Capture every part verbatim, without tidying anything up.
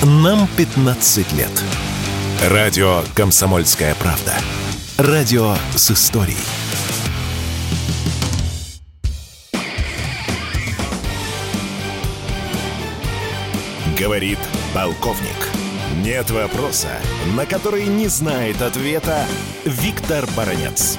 Нам пятнадцать лет. Радио «Комсомольская правда». Радио с историей. Говорит полковник. Нет вопроса, на который не знает ответа Виктор Баранец.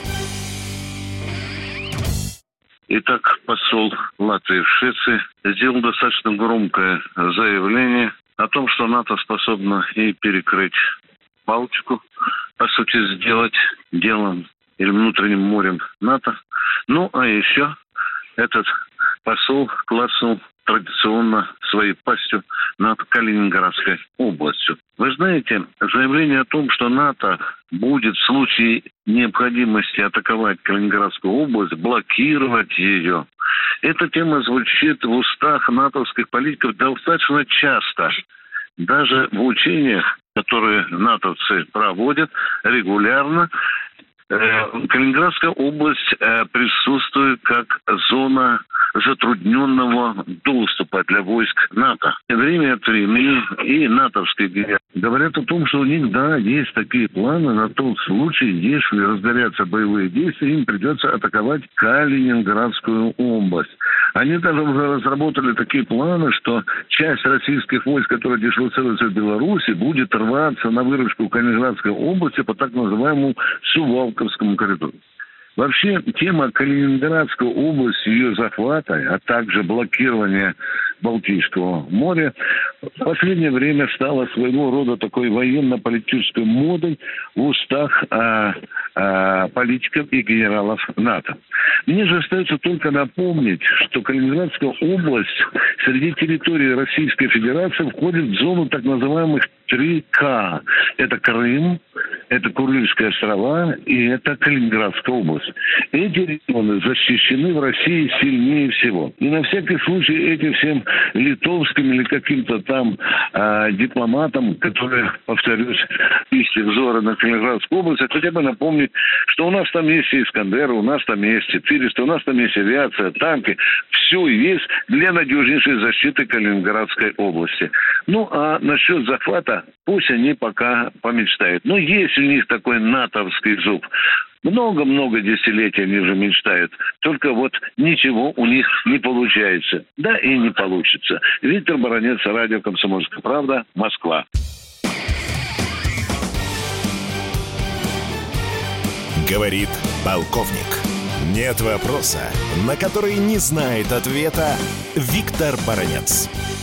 Итак, посол Латвии в Швеции сделал достаточно громкое заявление о том, что НАТО способно и перекрыть Балтику, по сути, сделать делом или внутренним морем НАТО. Ну, а еще этот посол клацнул традиционно своей пастью над Калининградской областью. Вы знаете, заявление о том, что НАТО будет в случае необходимости атаковать Калининградскую область, блокировать ее, эта тема звучит в устах натовских политиков достаточно часто. Даже в учениях, которые натовцы проводят регулярно, Калининградская область присутствует как зона затрудненного доступа для войск НАТО. Время от времени и натовские генералы говорят о том, что у них, да, есть такие планы на тот случай, если разгорятся боевые действия, им придется атаковать Калининградскую область. Они даже уже разработали такие планы, что часть российских войск, которые дислоцируются в Беларуси, будет рваться на выручку Калининградской области по так называемому Сувалковскому коридору. Вообще, тема Калининградской области, ее захвата, а также блокирования Балтийского моря в последнее время стала своего рода такой военно-политической модой в устах а, а, политиков и генералов НАТО. Мне же остается только напомнить, что Калининградская область среди территорий Российской Федерации входит в зону так называемых три ка. Это Крым, это Курильские острова и это Калининградская область. Эти регионы защищены в России сильнее всего. И на всякий случай этим всем литовским или каким-то там э, дипломатам, которые, повторюсь, ищут взоры на Калининградскую область, хотя бы напомнить, что у нас там есть и Искандеры, у нас там есть четыреста, у нас там есть авиация, танки. Все есть для надежнейшей защиты Калининградской области. Ну, а насчет захвата, пусть они пока помечтают. Но есть у них такой натовский зуб. Много-много десятилетий они уже мечтают. Только вот ничего у них не получается. Да и не получится. Виктор Баранец, радио «Комсомольская правда», Москва. Говорит полковник. Нет вопроса, на который не знает ответа Виктор Баранец.